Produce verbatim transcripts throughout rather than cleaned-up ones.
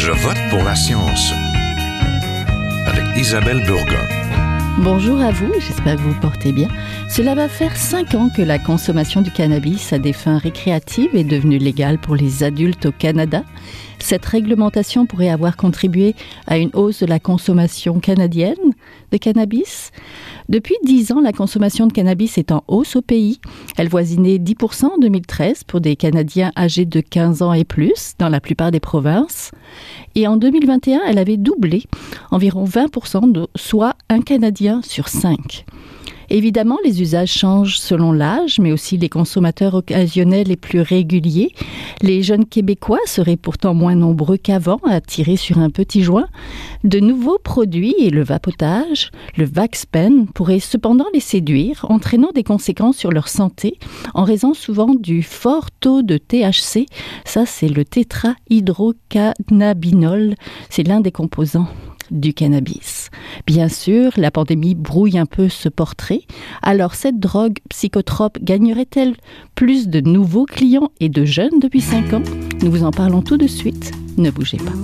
Je vote pour la science avec Isabelle Burgon. Bonjour à vous, j'espère que vous vous portez bien. Cela va faire cinq ans que la consommation du cannabis à des fins récréatives est devenue légale pour les adultes au Canada. Cette réglementation pourrait avoir contribué à une hausse de la consommation canadienne de cannabis. Depuis dix ans, la consommation de cannabis est en hausse au pays. Elle voisinait dix pour cent en deux mille treize pour des Canadiens âgés de quinze ans et plus dans la plupart des provinces. Et en deux mille vingt et un, elle avait doublé, environ vingt pour cent, de, soit un Canadien sur cinq. Évidemment, les usages changent selon l'âge, mais aussi les consommateurs occasionnels et plus réguliers. Les jeunes Québécois seraient pourtant moins nombreux qu'avant à tirer sur un petit joint. De nouveaux produits et le vapotage, le Vaxpen, pourraient cependant les séduire, entraînant des conséquences sur leur santé en raison souvent du fort taux de T H C. Ça, c'est le tétrahydrocannabinol. C'est l'un des composants du cannabis. Bien sûr, la pandémie brouille un peu ce portrait. Alors, cette drogue psychotrope gagnerait-elle plus de nouveaux clients et de jeunes depuis cinq ans? Nous vous en parlons tout de suite. Ne bougez pas.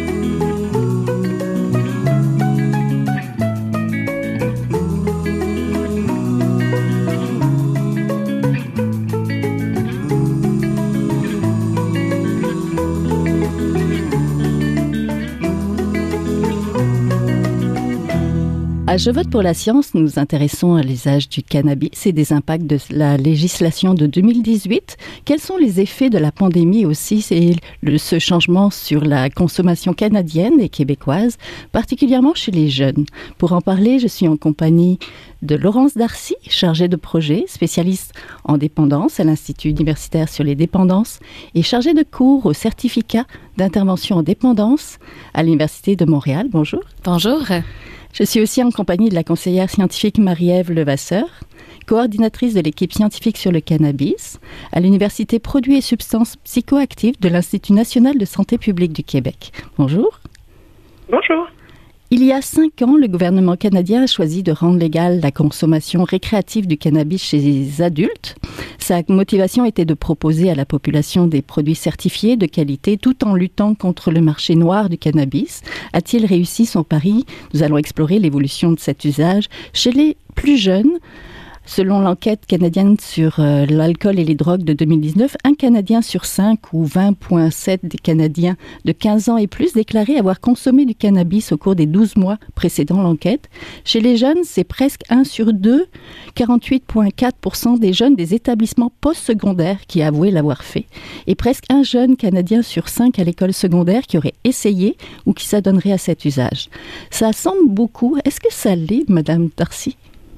À Je vote pour la science, nous nous intéressons à l'usage du cannabis et des impacts de la législation de deux mille dix-huit. Quels sont les effets de la pandémie aussi et le, ce changement sur la consommation canadienne et québécoise, particulièrement chez les jeunes? Pour en parler, je suis en compagnie de Laurence Darcy, chargée de projet, spécialiste en dépendance à l'Institut universitaire sur les dépendances et chargée de cours au certificat d'intervention en dépendance à l'Université de Montréal. Bonjour. Bonjour. Je suis aussi en compagnie de la conseillère scientifique Marie-Ève Levasseur, coordinatrice de l'équipe scientifique sur le cannabis à l'Université Produits et substances psychoactives de l'Institut national de santé publique du Québec. Bonjour. Bonjour. Il y a cinq ans, le gouvernement canadien a choisi de rendre légale la consommation récréative du cannabis chez les adultes. Sa motivation était de proposer à la population des produits certifiés de qualité tout en luttant contre le marché noir du cannabis. A-t-il réussi son pari? Nous allons explorer l'évolution de cet usage chez les plus jeunes. Selon l'enquête canadienne sur euh, l'alcool et les drogues de deux mille dix-neuf, un Canadien sur cinq ou vingt virgule sept des Canadiens de quinze ans et plus déclaraient avoir consommé du cannabis au cours des douze mois précédant l'enquête. Chez les jeunes, c'est presque un sur deux, quarante-huit virgule quatre pour cent des jeunes des établissements postsecondaires qui avouaient l'avoir fait. Et presque un jeune Canadien sur cinq à l'école secondaire qui aurait essayé ou qui s'adonnerait à cet usage. Ça semble beaucoup. Est-ce que ça l'est, Madame Darcy?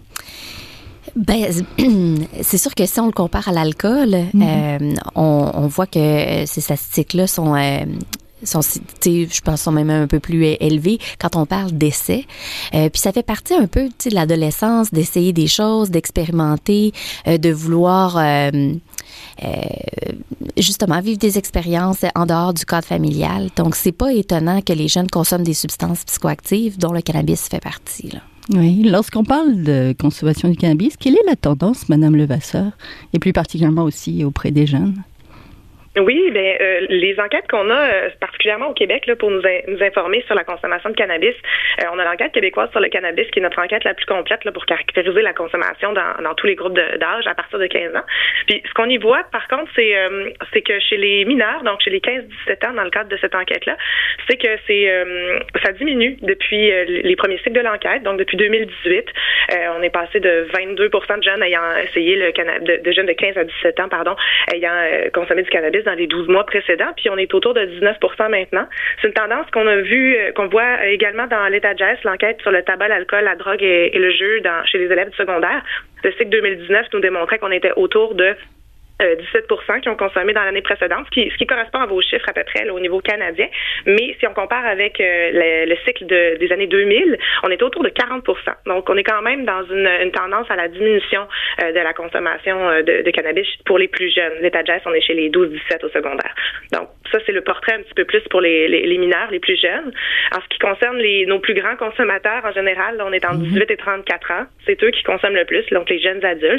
Ben, c'est sûr que si on le compare à l'alcool, mm-hmm. euh, on, on voit que ces statistiques-là sont, euh, sont, je pense, sont même un peu plus élevées quand on parle d'essais. Euh, puis ça fait partie un peu, tu sais, de l'adolescence, d'essayer des choses, d'expérimenter, euh, de vouloir euh, euh, justement vivre des expériences en dehors du cadre familial. Donc, c'est pas étonnant que les jeunes consomment des substances psychoactives dont le cannabis fait partie, là. Oui, lorsqu'on parle de consommation du cannabis, quelle est la tendance, Madame Levasseur, et plus particulièrement aussi auprès des jeunes? Oui, bien, euh, les enquêtes qu'on a, euh, particulièrement au Québec, là, pour nous, in- nous informer sur la consommation de cannabis, euh, on a l'enquête québécoise sur le cannabis, qui est notre enquête la plus complète là, pour caractériser la consommation dans, dans tous les groupes de, d'âge à partir de quinze ans. Puis, ce qu'on y voit, par contre, c'est, euh, c'est que chez les mineurs, donc chez les quinze à dix-sept ans, dans le cadre de cette enquête-là, c'est que c'est euh, ça diminue depuis euh, les premiers cycles de l'enquête, donc depuis deux mille dix-huit. Euh, on est passé de vingt-deux pour cent de jeunes ayant essayé le cannabis, de, de jeunes de quinze à dix-sept ans, pardon, ayant euh, consommé du cannabis dans les douze mois précédents, puis on est autour de dix-neuf pour cent maintenant. C'est une tendance qu'on a vue, qu'on voit également dans l'État de geste, l'enquête sur le tabac, l'alcool, la drogue et, et le jeu dans, chez les élèves du secondaire. Le cycle deux mille dix-neuf nous démontrait qu'on était autour de Euh, dix-sept pour cent qui ont consommé dans l'année précédente, ce qui, ce qui correspond à vos chiffres à peu près là, au niveau canadien. Mais si on compare avec euh, le, le cycle de, des années deux mille, on est autour de quarante pour cent. Donc, on est quand même dans une, une tendance à la diminution euh, de la consommation euh, de, de cannabis pour les plus jeunes. L'État de geste, on est chez les douze dix-sept au secondaire. Donc, ça, c'est le portrait un petit peu plus pour les, les, les mineurs, les plus jeunes. En ce qui concerne les, nos plus grands consommateurs, en général, là, on est entre dix-huit et trente-quatre ans. C'est eux qui consomment le plus, donc les jeunes adultes.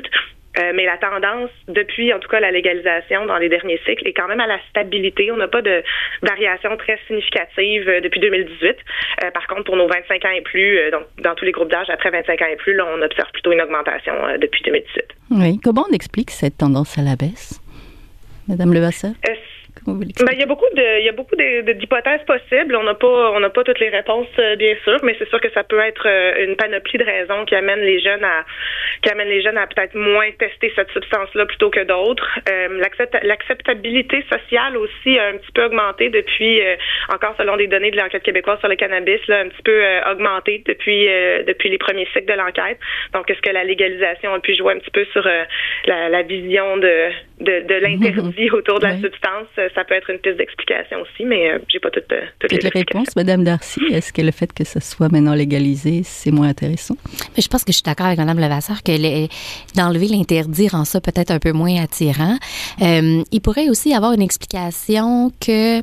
Euh, mais la tendance, depuis en tout cas la légalisation dans les derniers cycles, est quand même à la stabilité. On n'a pas de variation très significative euh, depuis deux mille dix-huit. Euh, par contre, pour nos vingt-cinq ans et plus, euh, donc dans tous les groupes d'âge après vingt-cinq ans et plus, là, on observe plutôt une augmentation euh, depuis deux mille dix-huit. Oui. Comment on explique cette tendance à la baisse, Madame Levasseur? Euh, Ben, il y a beaucoup de, il y a beaucoup de, de, d'hypothèses possibles. On n'a pas, on n'a pas toutes les réponses, euh, bien sûr, mais c'est sûr que ça peut être euh, une panoplie de raisons qui amènent les jeunes à, qui amènent les jeunes à peut-être moins tester cette substance-là plutôt que d'autres. Euh, l'accept, l'acceptabilité sociale aussi a un petit peu augmenté depuis, euh, encore selon des données de l'enquête québécoise sur le cannabis, là, un petit peu euh, augmenté depuis, euh, depuis les premiers cycles de l'enquête. Donc, est-ce que la légalisation a pu jouer un petit peu sur euh, la, la vision de, de, de l'interdit autour de la oui. substance? Ça peut être une piste d'explication aussi, mais euh, j'ai pas toutes, euh, toutes, toutes les, les réponses. Madame Darcy, est-ce que le fait que ça soit maintenant légalisé, c'est moins intéressant? Mais je pense que je suis d'accord avec Madame Levasseur que les, d'enlever l'interdit rend ça peut-être un peu moins attirant. Euh, il pourrait aussi y avoir une explication que euh,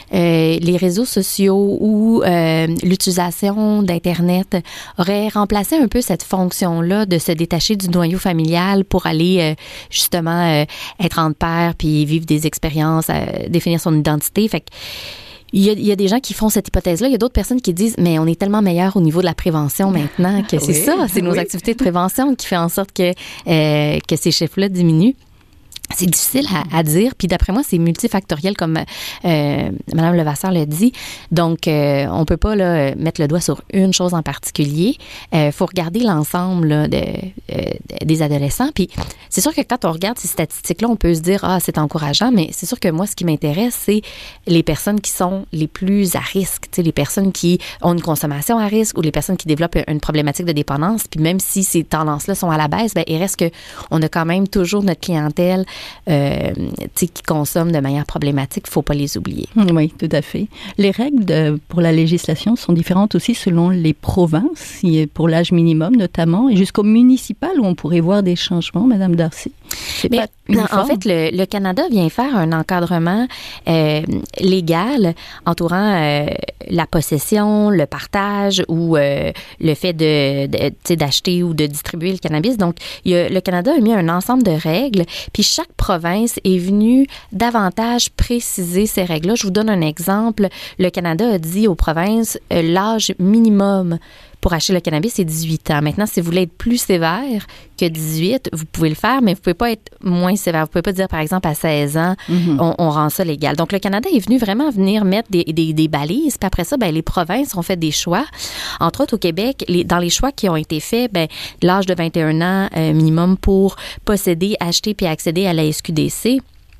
les réseaux sociaux ou euh, l'utilisation d'Internet auraient remplacé un peu cette fonction-là de se détacher du noyau familial pour aller euh, justement euh, être entre pairs puis vivre des expériences, euh, définir son identité. Fait que il y, a, il y a des gens qui font cette hypothèse-là. Il y a d'autres personnes qui disent, mais on est tellement meilleur au niveau de la prévention maintenant que c'est oui, ça, c'est nos oui. activités de prévention qui fait en sorte que, euh, que ces chiffres-là diminuent. C'est difficile à, à dire, puis d'après moi, c'est multifactoriel, comme euh, Mme Levasseur l'a dit. Donc, euh, on peut pas là, mettre le doigt sur une chose en particulier. Il euh, faut regarder l'ensemble là, de, euh, des adolescents. Puis, c'est sûr que quand on regarde ces statistiques-là, on peut se dire, ah, c'est encourageant, mais c'est sûr que moi, ce qui m'intéresse, c'est les personnes qui sont les plus à risque, tu sais, les personnes qui ont une consommation à risque ou les personnes qui développent une problématique de dépendance. Puis, même si ces tendances-là sont à la baisse, ben, il reste que on a quand même toujours notre clientèle Euh, qui consomment de manière problématique, il ne faut pas les oublier. Oui, tout à fait. Les règles de, pour la législation sont différentes aussi selon les provinces, pour l'âge minimum notamment, et jusqu'au municipal où on pourrait voir des changements, Madame Darcy. C'est Mais, non, en fait, le, le Canada vient faire un encadrement euh, légal entourant euh, la possession, le partage ou euh, le fait de, de d'acheter ou de distribuer le cannabis. Donc, il y a, le Canada a mis un ensemble de règles, puis chaque province est venue davantage préciser ces règles-là. Je vous donne un exemple. Le Canada a dit aux provinces euh, l'âge minimum pour acheter le cannabis, c'est dix-huit ans. Maintenant, si vous voulez être plus sévère que dix-huit, vous pouvez le faire, mais vous ne pouvez pas être moins sévère. Vous ne pouvez pas dire, par exemple, à seize ans, mm-hmm. on, on rend ça légal. Donc, le Canada est venu vraiment venir mettre des, des, des balises. Puis après ça, ben, les provinces ont fait des choix. Entre autres, au Québec, les, dans les choix qui ont été faits, ben, l'âge de vingt et un ans euh, minimum pour posséder, acheter puis accéder à la S Q D C.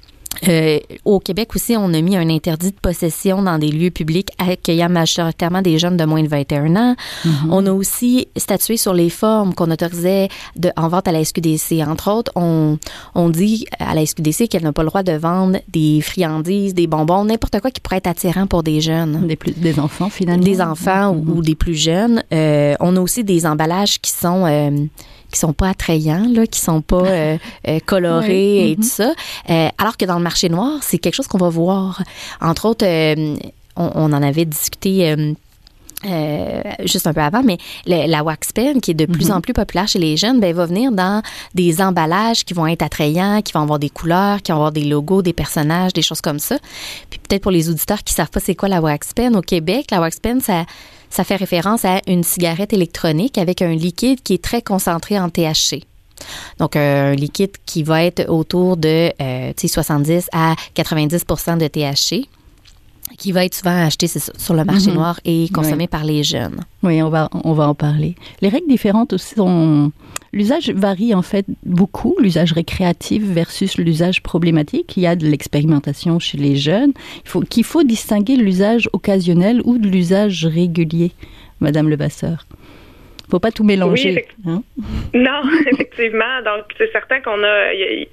Euh, au Québec aussi, on a mis un interdit de possession dans des lieux publics accueillant majoritairement des jeunes de moins de vingt et un ans. Mm-hmm. On a aussi statué sur les formes qu'on autorisait de, en vente à la S Q D C. Entre autres, on, on dit à la S Q D C qu'elle n'a pas le droit de vendre des friandises, des bonbons, n'importe quoi qui pourrait être attirant pour des jeunes. Des, plus, des enfants, finalement. Des enfants mm-hmm. ou, ou des plus jeunes. Euh, on a aussi des emballages qui sont... Euh, qui sont pas attrayants, là, qui sont pas euh, euh, colorés oui. et mm-hmm. tout ça. Euh, alors que dans le marché noir, c'est quelque chose qu'on va voir. Entre autres, euh, on, on en avait discuté... Euh, Euh, juste un peu avant, mais le, la wax pen qui est de plus mm-hmm. en plus populaire chez les jeunes, ben, va venir dans des emballages qui vont être attrayants, qui vont avoir des couleurs, qui vont avoir des logos, des personnages, des choses comme ça. Puis peut-être pour les auditeurs qui savent pas c'est quoi la wax pen, au Québec, la wax pen, ça, ça fait référence à une cigarette électronique avec un liquide qui est très concentré en T H C. Donc, euh, un liquide qui va être autour de euh, soixante-dix à quatre-vingt-dix pour cent de T H C. Qui va être souvent acheté sur le marché mm-hmm. noir et consommé oui. par les jeunes. Oui, on va, on va en parler. Les règles différentes aussi sont... L'usage varie en fait beaucoup, l'usage récréatif versus l'usage problématique. Il y a de l'expérimentation chez les jeunes. Il faut, qu'il faut distinguer l'usage occasionnel ou de l'usage régulier, Madame Levasseur. Il ne faut pas tout mélanger. Oui, effect- hein? Non, effectivement. Donc, c'est certain qu'on a... Y a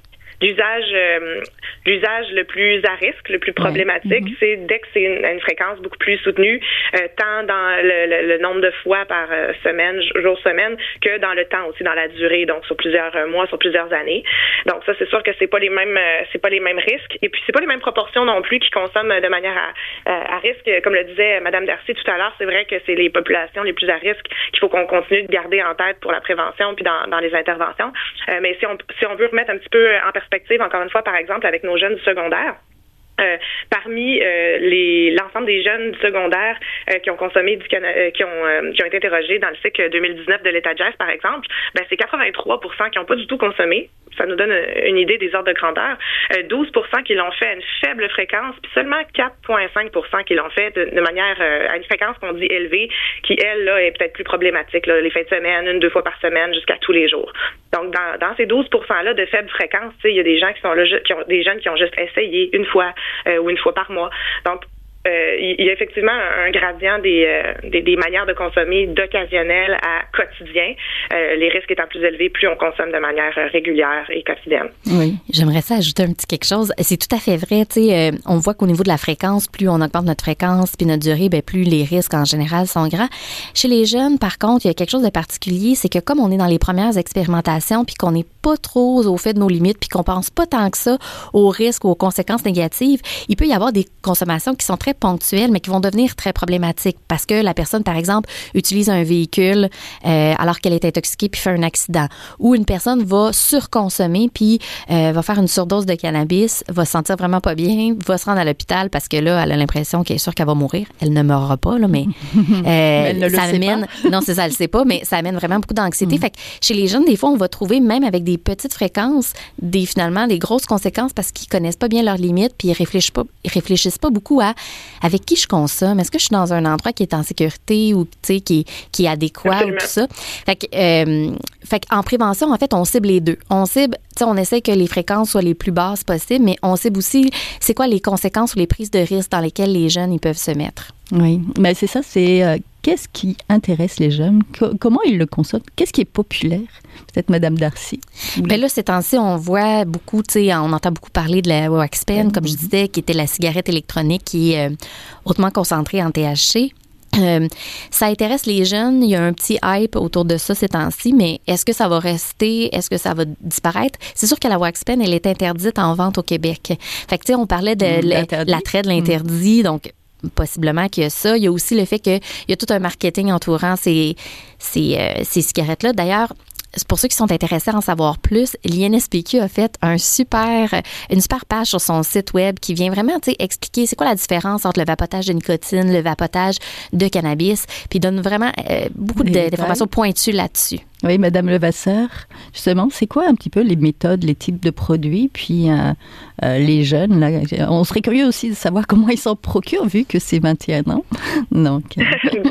l'usage euh, l'usage le plus à risque, le plus problématique, ouais. c'est dès que c'est une, une fréquence beaucoup plus soutenue, euh, tant dans le, le, le nombre de fois par euh, semaine, jour semaine, que dans le temps aussi, dans la durée, donc sur plusieurs euh, mois, sur plusieurs années. Donc ça, c'est sûr que c'est pas les mêmes, euh, c'est pas les mêmes risques, et puis c'est pas les mêmes proportions non plus qui consomment de manière à, à, à risque. Comme le disait Mme Darcy tout à l'heure, c'est vrai que c'est les populations les plus à risque qu'il faut qu'on continue de garder en tête pour la prévention puis dans, dans les interventions. Euh, mais si on, si on veut remettre un petit peu en perspective, encore une fois, par exemple, avec nos jeunes du secondaire, Euh, parmi euh, les l'ensemble des jeunes du secondaire euh, qui ont consommé du cannabis, euh, qui ont euh, qui ont été interrogés dans le cycle deux mille dix-neuf de l'État Jazz, par exemple, ben c'est quatre-vingt-trois pour cent qui n'ont pas du tout consommé. Ça nous donne une idée des ordres de grandeur. Euh, douze pour cent qui l'ont fait à une faible fréquence, puis seulement quatre virgule cinq pour cent qui l'ont fait de, de manière euh, à une fréquence qu'on dit élevée, qui elle là est peut-être plus problématique, là, les fins de semaine, une deux fois par semaine jusqu'à tous les jours. Donc dans, dans ces douze pour cent là de faible fréquence, il y a des gens qui sont là, qui ont des jeunes qui ont juste essayé une fois euh, ou une fois par mois. Donc Euh, il y a effectivement un gradient des, euh, des, des manières de consommer d'occasionnel à quotidien. Euh, les risques étant plus élevés, plus on consomme de manière régulière et quotidienne. Oui, j'aimerais ça ajouter un petit quelque chose. C'est tout à fait vrai. Tu sais, euh, on voit qu'au niveau de la fréquence, plus on augmente notre fréquence puis notre durée, ben plus les risques en général sont grands. Chez les jeunes, par contre, il y a quelque chose de particulier, c'est que comme on est dans les premières expérimentations puis qu'on n'est pas trop au fait de nos limites puis qu'on pense pas tant que ça aux risques ou aux conséquences négatives, il peut y avoir des consommations qui sont très ponctuelles, mais qui vont devenir très problématiques parce que la personne, par exemple, utilise un véhicule euh, alors qu'elle est intoxiquée puis fait un accident. Ou une personne va surconsommer puis euh, va faire une surdose de cannabis, va se sentir vraiment pas bien, va se rendre à l'hôpital parce que là, elle a l'impression qu'elle est sûre qu'elle va mourir. Elle ne mourra pas, là, mais, euh, elle ne ça le amène... sait pas. Non, c'est ça, elle le sait pas, mais ça amène vraiment beaucoup d'anxiété. Mm. Fait que chez les jeunes, des fois, on va trouver, même avec des petites fréquences, des finalement, des grosses conséquences parce qu'ils connaissent pas bien leurs limites puis ils réfléchissent pas, ils réfléchissent pas beaucoup à avec qui je consomme. Est-ce que je suis dans un endroit qui est en sécurité ou tu sais qui, qui est adéquat Absolument. Ou tout ça. Fait que, euh, fait qu'en prévention, en fait, on cible les deux. On cible, tu sais, on essaie que les fréquences soient les plus basses possibles, mais on cible aussi c'est quoi les conséquences ou les prises de risque dans lesquelles les jeunes ils peuvent se mettre. Oui, mais c'est ça, c'est euh, qu'est-ce qui intéresse les jeunes? Co- comment ils le consomment? Qu'est-ce qui est populaire? Peut-être Mme Darcy. Bien là, ces temps-ci, on voit beaucoup, tu sais, on entend beaucoup parler de la wax pen, comme je disais, qui était la cigarette électronique qui est euh, hautement concentrée en T H C. Euh, ça intéresse les jeunes. Il y a un petit hype autour de ça ces temps-ci, mais est-ce que ça va rester? Est-ce que ça va disparaître? C'est sûr que la wax pen, elle est interdite en vente au Québec. Fait que, tu sais, on parlait de mmh, l'attrait de l'interdit, mmh. donc possiblement qu'il y a ça. Il y a aussi le fait qu'il y a tout un marketing entourant ces, ces, euh, ces cigarettes-là. D'ailleurs, c'est pour ceux qui sont intéressés à en savoir plus, l'I N S P Q a fait un super, une super page sur son site web qui vient vraiment expliquer c'est quoi la différence entre le vapotage de nicotine, le vapotage de cannabis, puis donne vraiment euh, beaucoup de, d'informations pointues là-dessus. Oui, Madame Levasseur, justement, c'est quoi un petit peu les méthodes, les types de produits, puis euh, euh, les jeunes, là, on serait curieux aussi de savoir comment ils s'en procurent, vu que c'est vingt et un ans. Donc, euh...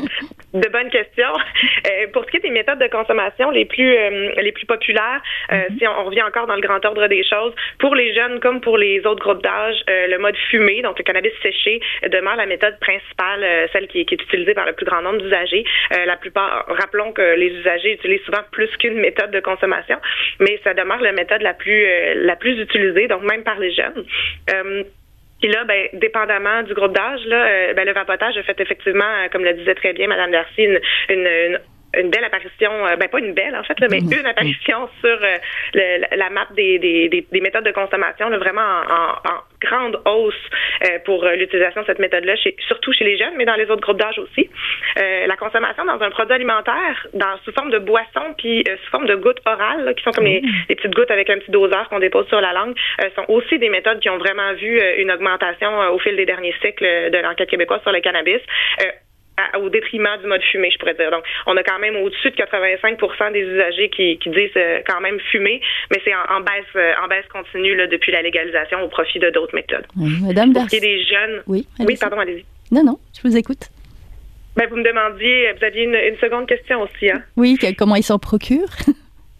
De bonnes questions. Euh, pour ce qui est des méthodes de consommation les plus euh, les plus populaires, euh, mm-hmm. si on, on revient encore dans le grand ordre des choses, pour les jeunes comme pour les autres groupes d'âge, euh, le mode fumé, donc le cannabis séché, demeure la méthode principale, euh, celle qui, qui est utilisée par le plus grand nombre d'usagers. Euh, la plupart, rappelons que les usagers utilisent souvent plus qu'une méthode de consommation, mais ça demeure la méthode la plus euh, la plus utilisée, donc même par les jeunes. Euh, Puis là, ben, dépendamment du groupe d'âge, là, euh, ben, le vapotage a fait effectivement, euh, comme le disait très bien Mme Darcy, une, une, une une belle apparition, euh, ben pas une belle en fait, là, mais mmh. une apparition sur euh, le, la map des, des, des, des méthodes de consommation, là, vraiment en, en, en grande hausse euh, pour euh, l'utilisation de cette méthode-là, chez, surtout chez les jeunes, mais dans les autres groupes d'âge aussi. Euh, la consommation dans un produit alimentaire, dans sous forme de boisson, puis euh, sous forme de gouttes orales, là, qui sont comme mmh. les, les petites gouttes avec un petit doseur qu'on dépose sur la langue, euh, sont aussi des méthodes qui ont vraiment vu euh, une augmentation euh, au fil des derniers cycles de l'enquête québécoise sur le cannabis. Euh, À, au détriment du mode fumé, je pourrais dire. Donc, on a quand même au-dessus de quatre-vingt-cinq pour cent des usagers qui, qui disent euh, quand même fumer, mais c'est en, en baisse euh, en baisse continue là, depuis la légalisation au profit de d'autres méthodes. Oui, Madame Pour ce qui est des jeunes... Oui, oui, pardon, allez-y. Non, non, je vous écoute. Ben, vous me demandiez, vous aviez une, une seconde question aussi, hein? Oui, comment ils s'en procurent?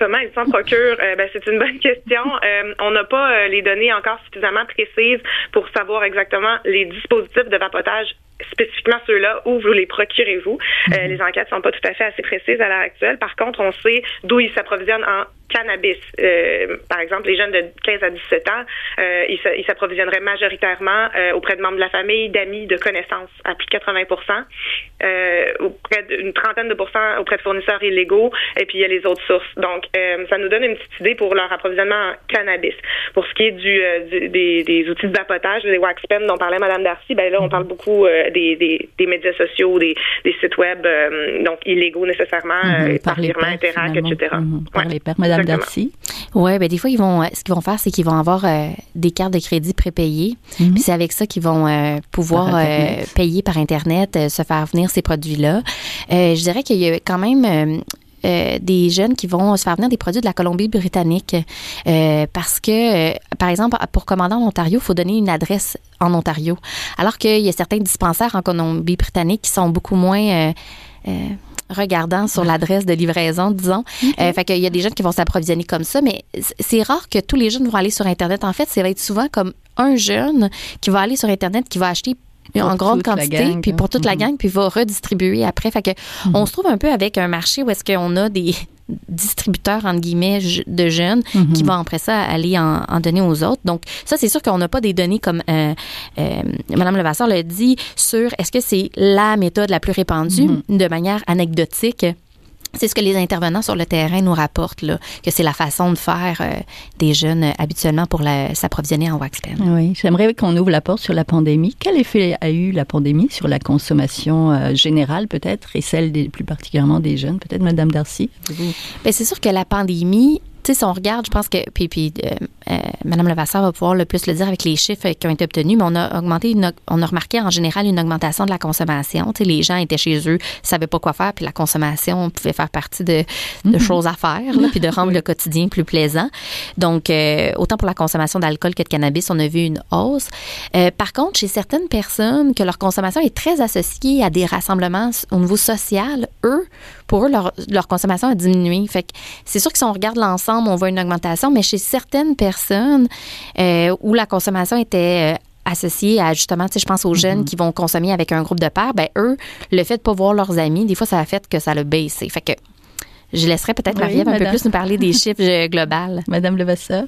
Comment ils s'en procurent? Euh, ben, c'est une bonne question. Euh, on n'a pas euh, les données encore suffisamment précises pour savoir exactement les dispositifs de vapotage, spécifiquement ceux-là, où vous les procurez-vous. Mm-hmm. Euh, les enquêtes sont pas tout à fait assez précises à l'heure actuelle. Par contre, on sait d'où ils s'approvisionnent en cannabis. Euh, par exemple, les jeunes de quinze à dix-sept ans, euh, ils, ils s'approvisionneraient majoritairement euh, auprès de membres de la famille, d'amis, de connaissances, à plus de quatre-vingts pour cent, euh, auprès d'une trentaine de pourcents auprès de fournisseurs illégaux, et puis il y a les autres sources. Donc, euh, ça nous donne une petite idée pour leur approvisionnement en cannabis. Pour ce qui est du, euh, du des, des outils de vapotage, les wax pens dont parlait Mme Darcy, ben là, on parle beaucoup euh, des, des, des médias sociaux, des, des sites web, euh, donc illégaux nécessairement, mmh, euh, par les pères, Interac, et cetera. Mmh, par ouais, les pères, Mme Darcy. Oui, ben des fois, ils vont, ce qu'ils vont faire, c'est qu'ils vont avoir euh, des cartes de crédit prépayées. Mm-hmm. Puis c'est avec ça qu'ils vont euh, pouvoir euh, payer par Internet, euh, se faire venir ces produits-là. Euh, je dirais qu'il y a quand même... Euh, Euh, des jeunes qui vont se faire venir des produits de la Colombie-Britannique euh, parce que, euh, par exemple, pour commander en Ontario, il faut donner une adresse en Ontario. Alors qu'il y a certains dispensaires en Colombie-Britannique qui sont beaucoup moins... Euh, euh, regardant sur l'adresse de livraison, disons. Mm-hmm. Euh, fait qu'il y a des jeunes qui vont s'approvisionner comme ça, mais c'est rare que tous les jeunes vont aller sur Internet. En fait, ça va être souvent comme un jeune qui va aller sur Internet, qui va acheter pour en grande quantité, gang, puis pour toute mm-hmm. la gang, puis va redistribuer après. Fait que mm-hmm. on se trouve un peu avec un marché où est-ce qu'on a des distributeurs, entre guillemets, de jeunes mm-hmm. qui vont après ça aller en, en donner aux autres. Donc, ça, c'est sûr qu'on n'a pas des données comme euh, euh, Mme Levasseur l'a dit sur est-ce que c'est la méthode la plus répandue mm-hmm. de manière anecdotique. C'est ce que les intervenants sur le terrain nous rapportent, là, que c'est la façon de faire euh, des jeunes euh, habituellement pour la, s'approvisionner en wax pen. Oui, j'aimerais qu'on ouvre la porte sur la pandémie. Quel effet a eu la pandémie sur la consommation euh, générale peut-être et celle des, plus particulièrement des jeunes? Peut-être Mme Darcy? Bien, c'est sûr que la pandémie... Tu sais, si on regarde, je pense que, puis, puis euh, euh, Mme Levasseur va pouvoir le plus le dire avec les chiffres qui ont été obtenus, mais on a augmenté, une, on a remarqué en général une augmentation de la consommation. Tu sais, les gens étaient chez eux, savaient pas quoi faire, puis la consommation pouvait faire partie de, de mm-hmm. choses à faire, là, puis de rendre oui. le quotidien plus plaisant. Donc, euh, autant pour la consommation d'alcool que de cannabis, on a vu une hausse. Euh, par contre, chez certaines personnes que leur consommation est très associée à des rassemblements au niveau social, eux, pour eux, leur, leur consommation a diminué. Fait que c'est sûr que si on regarde l'ensemble, on voit une augmentation, mais chez certaines personnes euh, où la consommation était euh, associée à, justement, tu sais, je pense aux jeunes mm-hmm. qui vont consommer avec un groupe de pairs, ben eux, le fait de pas voir leurs amis, des fois, ça a fait que ça l'a baissé. Fait que je laisserai peut-être oui, Marie-Ève un peu plus nous parler des chiffres globaux. Madame Levasseur.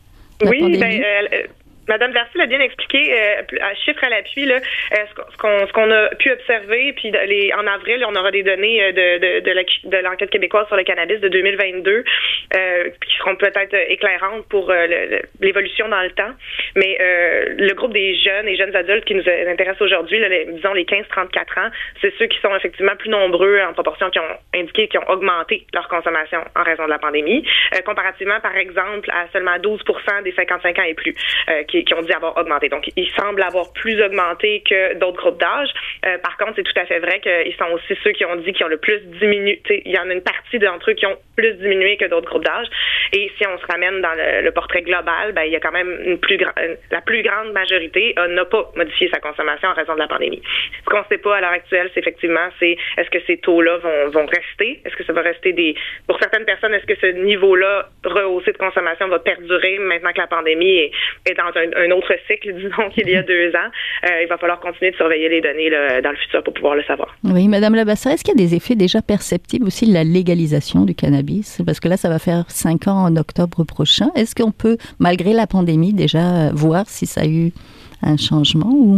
Oui, bien... Euh, Madame Darcy l'a bien expliqué, euh, à chiffre à l'appui, là, euh, ce qu'on ce qu'on a pu observer, puis les, en avril, on aura des données de, de, de, la, de l'enquête québécoise sur le cannabis de deux mille vingt-deux, euh, qui seront peut-être éclairantes pour euh, le, l'évolution dans le temps. Mais euh, le groupe des jeunes et jeunes adultes qui nous intéresse aujourd'hui, là, les, disons les quinze à trente-quatre ans, c'est ceux qui sont effectivement plus nombreux en proportion, qui ont indiqué qu'ils ont augmenté leur consommation en raison de la pandémie, euh, comparativement, par exemple, à seulement douze pour cent des cinquante-cinq ans et plus, euh, qui, qui ont dit avoir augmenté. Donc, ils semblent avoir plus augmenté que d'autres groupes d'âge. Euh, par contre, c'est tout à fait vrai qu'ils sont aussi ceux qui ont dit qu'ils ont le plus diminué. Il y en a une partie d'entre eux qui ont plus diminué que d'autres groupes d'âge. Et si on se ramène dans le, le portrait global, ben, il y a quand même une plus grande, la plus grande majorité euh, n'a pas modifié sa consommation en raison de la pandémie. Ce qu'on ne sait pas à l'heure actuelle, c'est effectivement, c'est est-ce que ces taux-là vont, vont rester? Est-ce que ça va rester des... Pour certaines personnes, est-ce que ce niveau-là rehaussé de consommation va perdurer maintenant que la pandémie est, est dans un, un autre cycle, disons, qu'il y a deux ans? Euh, il va falloir continuer de surveiller les données là, dans le futur pour pouvoir le savoir. Oui, Mme Levasseur, est-ce qu'il y a des effets déjà perceptibles aussi de la légalisation du cannabis? Parce que là, ça va faire cinq ans en octobre prochain. Est-ce qu'on peut, malgré la pandémie, déjà voir si ça a eu un changement ou...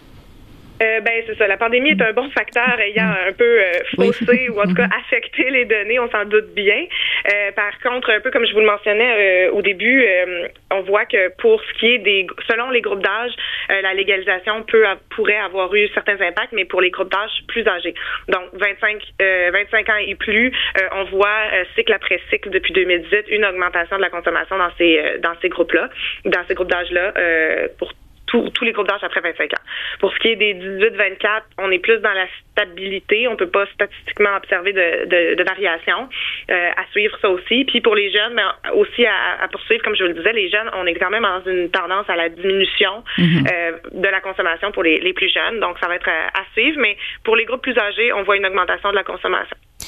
Euh, ben c'est ça. La pandémie est un bon facteur ayant un peu euh, faussé oui. ou en tout cas affecté les données, on s'en doute bien. Euh, par contre, un peu comme je vous le mentionnais euh, au début, euh, on voit que pour ce qui est des, selon les groupes d'âge, euh, la légalisation peut pourrait avoir eu certains impacts, mais pour les groupes d'âge plus âgés. Donc vingt-cinq, euh, vingt-cinq ans et plus, euh, on voit euh, cycle après cycle depuis deux mille dix-huit une augmentation de la consommation dans ces euh, dans ces groupes-là, dans ces groupes d'âge-là euh, pour Tous, tous les groupes d'âge après vingt-cinq ans. Pour ce qui est des dix-huit à vingt-quatre, on est plus dans la stabilité. On peut pas statistiquement observer de, de, de variation. Euh, à suivre ça aussi. Puis pour les jeunes, mais aussi à, à poursuivre, comme je vous le disais, les jeunes, on est quand même dans une tendance à la diminution mm-hmm. euh, de la consommation pour les, les plus jeunes. Donc, ça va être à, à suivre. Mais pour les groupes plus âgés, on voit une augmentation de la consommation.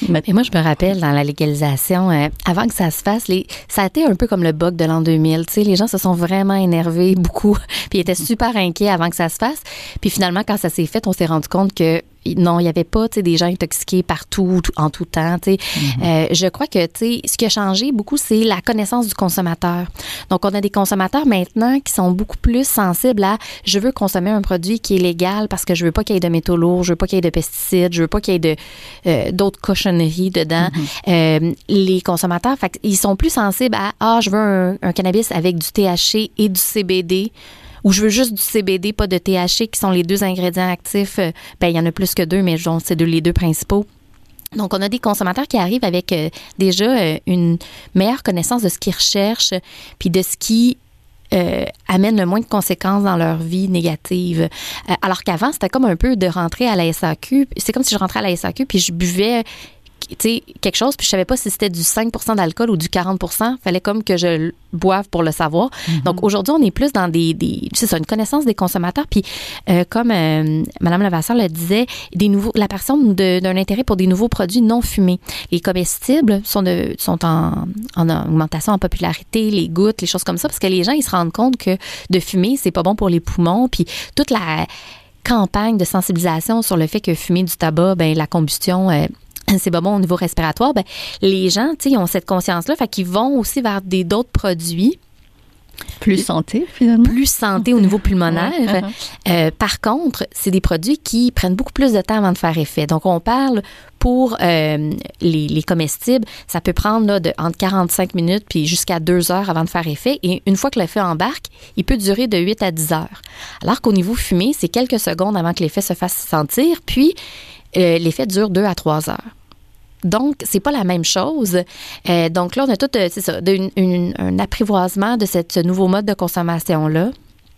Et moi, je me rappelle, dans la légalisation, euh, avant que ça se fasse, les, ça a été un peu comme le bug de l'an deux mille. Tu sais, les gens se sont vraiment énervés beaucoup, puis ils étaient super inquiets avant que ça se fasse. Puis finalement, quand ça s'est fait, on s'est rendu compte que non, il n'y avait pas, tu sais, des gens intoxiqués partout, tout, en tout temps, tu sais. Mm-hmm. Euh, je crois que, tu sais, ce qui a changé beaucoup, c'est la connaissance du consommateur. Donc, on a des consommateurs maintenant qui sont beaucoup plus sensibles à « je veux consommer un produit qui est légal parce que je veux pas qu'il y ait de métaux lourds, je veux pas qu'il y ait de pesticides, je veux pas qu'il y ait de euh, d'autres cochonneries dedans. Mm-hmm. Euh, les consommateurs, fait, ils sont plus sensibles à « ah, je veux un, un cannabis avec du T H C et du C B D ». Ou je veux juste du C B D, pas de T H C, qui sont les deux ingrédients actifs. Ben, il y en a plus que deux, mais genre, c'est deux, les deux principaux. Donc, on a des consommateurs qui arrivent avec euh, déjà euh, une meilleure connaissance de ce qu'ils recherchent, puis de ce qui euh, amène le moins de conséquences dans leur vie négative. Euh, alors qu'avant, c'était comme un peu de rentrer à la S A Q. C'est comme si je rentrais à la S A Q, puis je buvais... tu sais, quelque chose, puis je savais pas si c'était du cinq pour cent d'alcool ou du quarante pour cent. Fallait comme que je le boive pour le savoir. Mm-hmm. Donc, aujourd'hui, on est plus dans des, des c'est ça, une connaissance des consommateurs. Puis, euh, comme euh, Mme Levasseur le disait, des nouveaux, la personne de, d'un intérêt pour des nouveaux produits non fumés. Les comestibles sont, de, sont en, en augmentation en popularité, les gouttes, les choses comme ça, parce que les gens, ils se rendent compte que de fumer, c'est pas bon pour les poumons. Puis, toute la campagne de sensibilisation sur le fait que fumer du tabac, ben la combustion... Euh, c'est pas bon au niveau respiratoire, ben les gens, tu sais, ils ont cette conscience-là, fait qu'ils vont aussi vers des d'autres produits. Plus santé, finalement. Plus santé au niveau pulmonaire. Ouais, uh-huh. euh, par contre, c'est des produits qui prennent beaucoup plus de temps avant de faire effet. Donc, on parle pour euh, les, les comestibles, ça peut prendre là, de, entre quarante-cinq minutes puis jusqu'à deux heures avant de faire effet. Et une fois que l'effet embarque, il peut durer de huit à dix heures. Alors qu'au niveau fumé, c'est quelques secondes avant que l'effet se fasse sentir, puis euh, l'effet dure deux à trois heures. Donc, c'est pas la même chose. Euh, donc là, on a tout, euh, c'est ça, une, une, un apprivoisement de cette, ce nouveau mode de consommation-là.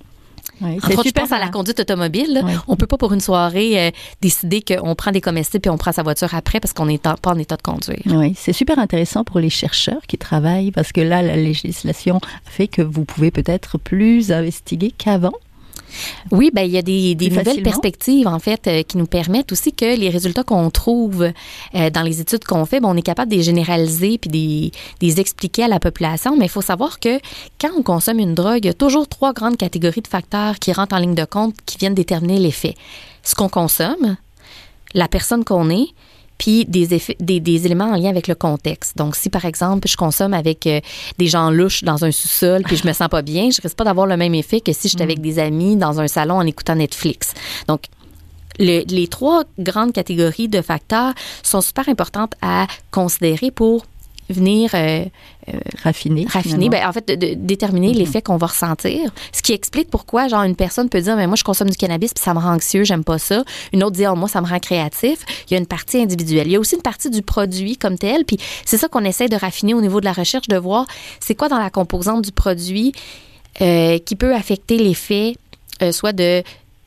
Oui, Entre autres, je pense à la conduite automobile. Là. Oui. On peut pas, pour une soirée, euh, décider qu'on prend des comestibles puis on prend sa voiture après parce qu'on n'est pas en état de conduire. Oui, c'est super intéressant pour les chercheurs qui travaillent parce que là, la législation fait que vous pouvez peut-être plus investiguer qu'avant. Oui, ben il y a des, des nouvelles facilement. perspectives en fait euh, qui nous permettent aussi que les résultats qu'on trouve euh, dans les études qu'on fait, ben, on est capable de les généraliser puis de les, les expliquer à la population. Mais il faut savoir que quand on consomme une drogue, il y a toujours trois grandes catégories de facteurs qui rentrent en ligne de compte qui viennent déterminer l'effet. Ce qu'on consomme, la personne qu'on est, puis des, effets, des, des éléments en lien avec le contexte. Donc, si, par exemple, je consomme avec euh, des gens louches dans un sous-sol puis je me sens pas bien, je risque pas d'avoir le même effet que si j'étais mmh. avec des amis dans un salon en écoutant Netflix. Donc, le, les trois grandes catégories de facteurs sont super importantes à considérer pour venir euh, euh, raffiner, raffiner ben, en fait, de, de déterminer mm-hmm. l'effet qu'on va ressentir. Ce qui explique pourquoi, genre, une personne peut dire, mais moi, je consomme du cannabis puis ça me rend anxieux, j'aime pas ça. Une autre dit, oh, moi, ça me rend créatif. Il y a une partie individuelle. Il y a aussi une partie du produit comme tel. Puis c'est ça qu'on essaie de raffiner au niveau de la recherche, de voir c'est quoi dans la composante du produit euh, qui peut affecter l'effet, euh, soit de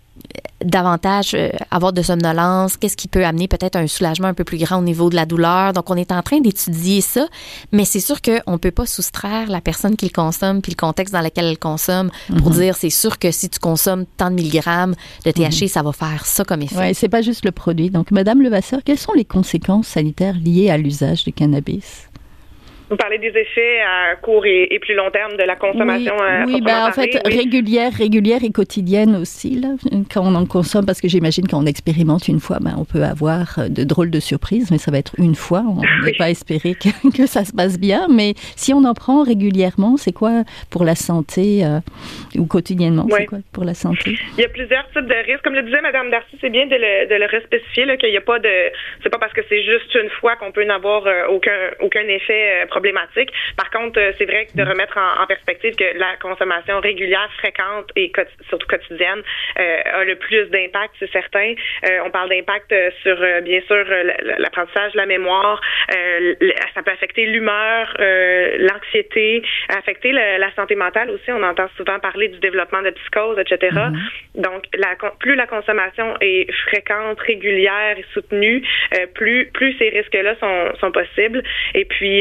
davantage euh, avoir de somnolence, qu'est-ce qui peut amener peut-être un soulagement un peu plus grand au niveau de la douleur. Donc, on est en train d'étudier ça, mais c'est sûr qu'on ne peut pas soustraire la personne qui le consomme puis le contexte dans lequel elle consomme pour mm-hmm. dire, c'est sûr que si tu consommes tant de milligrammes de T H C, mm-hmm. ça va faire ça comme effet. Oui, c'est pas juste le produit. Donc, Madame Levasseur, quelles sont les conséquences sanitaires liées à l'usage du cannabis? Vous parlez des effets à court et, et plus long terme de la consommation. Oui, euh, oui ben en fait, oui. régulière, régulière et quotidienne aussi, là, quand on en consomme, parce que j'imagine quand on expérimente une fois, ben, on peut avoir de drôles de surprises, mais ça va être une fois, on n'est oui. pas espéré que, que ça se passe bien, mais si on en prend régulièrement, c'est quoi pour la santé, euh, ou quotidiennement, oui. c'est quoi pour la santé? Il y a plusieurs types de risques. Comme le disait Mme Darcy, c'est bien de le, de le respécifier, là, qu'il n'y a pas de, c'est pas parce que c'est juste une fois qu'on peut n'avoir euh, aucun, aucun effet euh, problématique. Par contre, euh, c'est vrai que de remettre en, en perspective que la consommation régulière, fréquente et quot- surtout quotidienne euh, a le plus d'impact, c'est certain. Euh, on parle d'impact sur, euh, bien sûr, euh, l'apprentissage, la mémoire. Euh, ça peut affecter l'humeur, euh, l'anxiété, affecter le, la santé mentale aussi. On entend souvent parler du développement de psychose, et cetera. Mm-hmm. Donc, la, plus la consommation est fréquente, régulière et soutenue, euh, plus plus ces risques-là sont, sont possibles. Et puis, euh,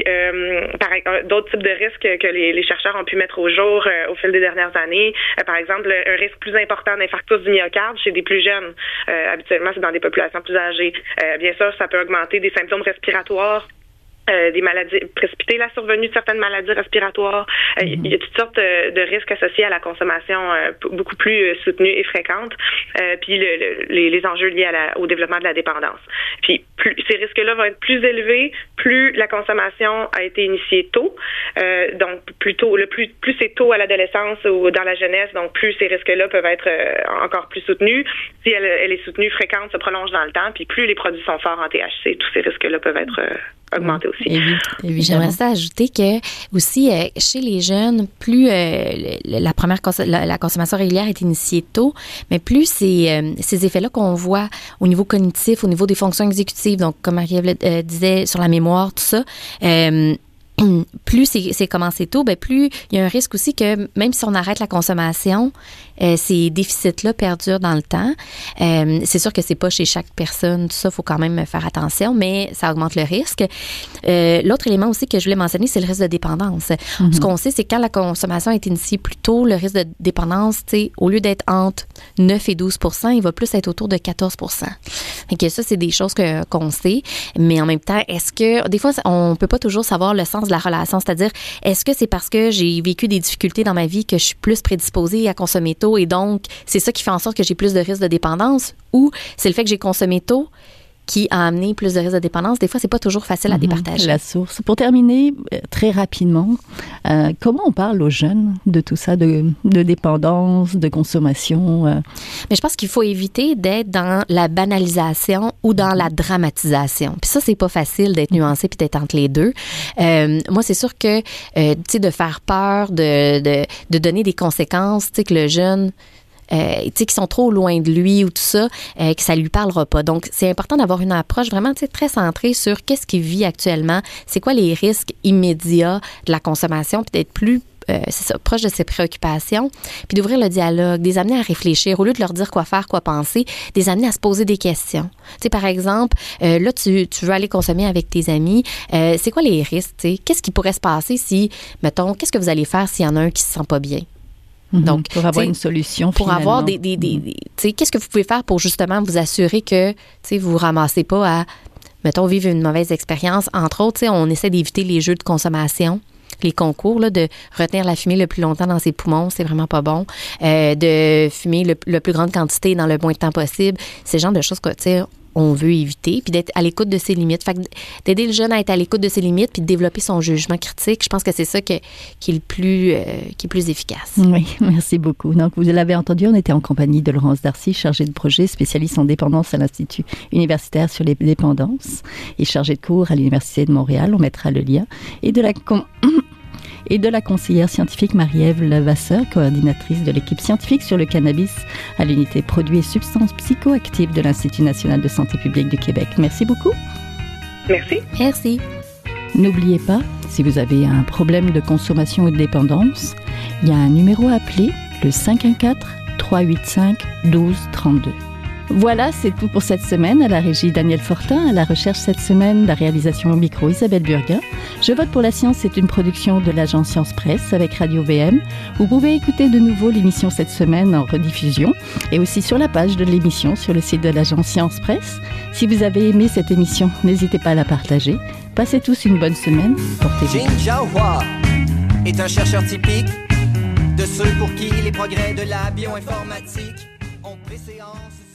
euh, par, d'autres types de risques que les, les chercheurs ont pu mettre au jour euh, au fil des dernières années. Euh, par exemple, un risque plus important d'infarctus du myocarde chez des plus jeunes. Euh, habituellement, c'est dans des populations plus âgées. Euh, bien sûr, ça peut augmenter des symptômes respiratoires. Euh, des maladies, précipiter la survenue de certaines maladies respiratoires. Euh, mm-hmm. Il y a toutes sortes euh, de risques associés à la consommation euh, p- beaucoup plus euh, soutenue et fréquente. Euh, puis le, le, les, les enjeux liés à la, au développement de la dépendance. Puis plus, ces risques-là vont être plus élevés, plus la consommation a été initiée tôt. Euh, donc plus tôt, le plus plus c'est tôt à l'adolescence ou dans la jeunesse, donc plus ces risques-là peuvent être euh, encore plus soutenus. Si elle, elle est soutenue fréquente, se prolonge dans le temps, puis plus les produits sont forts en T H C, tous ces risques-là peuvent être euh, augmentés aussi. Évidemment. J'aimerais ça ajouter que aussi euh, chez les jeunes, plus euh, la première cons- la, la consommation régulière est initiée tôt, mais plus ces, euh, ces effets-là qu'on voit au niveau cognitif, au niveau des fonctions exécutives, donc comme Marie-Ève euh, disait sur la mémoire, tout ça. Euh, plus c'est, c'est commencé tôt, ben plus il y a un risque aussi que même si on arrête la consommation, euh, ces déficits-là perdurent dans le temps. Euh, c'est sûr que c'est pas chez chaque personne, tout ça, faut quand même faire attention, mais ça augmente le risque. Euh, l'autre élément aussi que je voulais mentionner, c'est le risque de dépendance. Mm-hmm. Ce qu'on sait, c'est que quand la consommation est initiée plus tôt, le risque de dépendance, tu sais, au lieu d'être entre neuf et douze pour cent, il va plus être autour de quatorze pour cent. Fait que ça, c'est des choses que, qu'on sait, mais en même temps, est-ce que, des fois, on peut pas toujours savoir le sens de la relation, c'est-à-dire, est-ce que c'est parce que j'ai vécu des difficultés dans ma vie que je suis plus prédisposée à consommer tôt et donc c'est ça qui fait en sorte que j'ai plus de risques de dépendance, ou c'est le fait que j'ai consommé tôt qui a amené plus de risques de dépendance? Des fois, c'est pas toujours facile à départager. La source. Pour terminer, très rapidement, euh, comment on parle aux jeunes de tout ça, de, de dépendance, de consommation? Euh? Mais je pense qu'il faut éviter d'être dans la banalisation ou dans la dramatisation. Puis ça, c'est pas facile d'être nuancé puis d'être entre les deux. Euh, moi, c'est sûr que, euh, tu sais, de faire peur, de, de, de donner des conséquences, tu sais, que le jeune... Euh, tu sais, qui sont trop loin de lui ou tout ça, euh, que ça lui parlera pas. Donc, c'est important d'avoir une approche vraiment, tu sais, très centrée sur qu'est-ce qu'il vit actuellement, c'est quoi les risques immédiats de la consommation, puis d'être plus Euh, c'est ça, proche de ses préoccupations, puis d'ouvrir le dialogue, des amener à réfléchir, au lieu de leur dire quoi faire, quoi penser, des amener à se poser des questions. Tu sais, par exemple, euh, là, tu, tu veux aller consommer avec tes amis, euh, c'est quoi les risques, tu sais? Qu'est-ce qui pourrait se passer si, mettons, qu'est-ce que vous allez faire s'il y en a un qui se sent pas bien? Donc, pour avoir une solution, pour finalement. avoir des, des, des, des tu sais, qu'est-ce que vous pouvez faire pour justement vous assurer que, tu sais, vous vous ramassez pas à, mettons, vivre une mauvaise expérience. Entre autres, tu sais, on essaie d'éviter les jeux de consommation, les concours, là, de retenir la fumée le plus longtemps dans ses poumons, c'est vraiment pas bon. Euh, de fumer le, le plus grande quantité dans le moins de temps possible. C'est le genre de choses que, tu sais, on veut éviter, puis d'être à l'écoute de ses limites. Fait que d'aider le jeune à être à l'écoute de ses limites, puis de développer son jugement critique, je pense que c'est ça que, qui est le plus, euh, qui est plus efficace. Oui, merci beaucoup. Donc, vous l'avez entendu, on était en compagnie de Laurence Darcy, chargée de projet, spécialiste en dépendance à l'Institut universitaire sur les dépendances et chargée de cours à l'Université de Montréal, on mettra le lien, et de la... Com- et de la conseillère scientifique Marie-Ève Levasseur, coordinatrice de l'équipe scientifique sur le cannabis à l'unité produits et substances psychoactives de l'Institut national de santé publique du Québec. Merci beaucoup. Merci. Merci. N'oubliez pas, si vous avez un problème de consommation ou de dépendance, il y a un numéro à appeler, le cinq un quatre, trois huit cinq, un deux trois deux. Voilà, c'est tout pour cette semaine. À la régie, Daniel Fortin. À la recherche cette semaine, la réalisation au micro, Isabelle Burguin. Je vote pour la science, c'est une production de l'agence Science Presse avec Radio V M. Vous pouvez écouter de nouveau l'émission cette semaine en rediffusion et aussi sur la page de l'émission sur le site de l'agence Science Presse. Si vous avez aimé cette émission, n'hésitez pas à la partager. Passez tous une bonne semaine. Portez-vous. Jin Jiahua est un chercheur typique de ceux pour qui les progrès de la bioinformatique ont préséance.